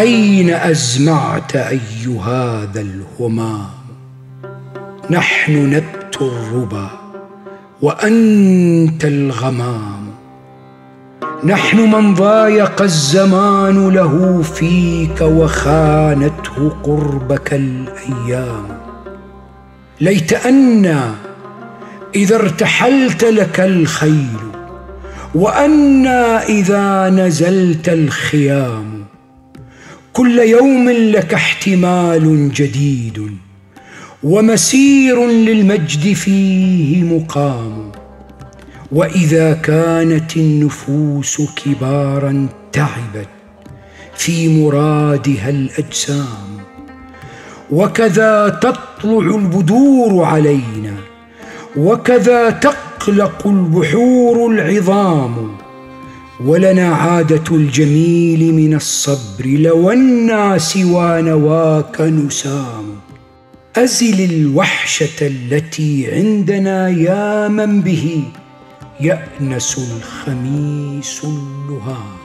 أين أزمعت أي هذا الهمام؟ نحن نبت الربا وأنت الغمام، نحن من ضايق الزمان له فيك وخانته قربك الأيام. ليت أنا إذا ارتحلت لك الخيل، وأنا إذا نزلت الخيام. كل يوم لك احتمال جديد، ومسير للمجد فيه مقام. وإذا كانت النفوس كبارا تعبت في مرادها الأجسام، وكذا تطلع البدور علينا، وكذا تقلق البحور العظام. ولنا عادة الجميل من الصبر، لو أنا سوى نواك نسام. أزل الوحشة التي عندنا يا من به يأنس الخميس اللهام.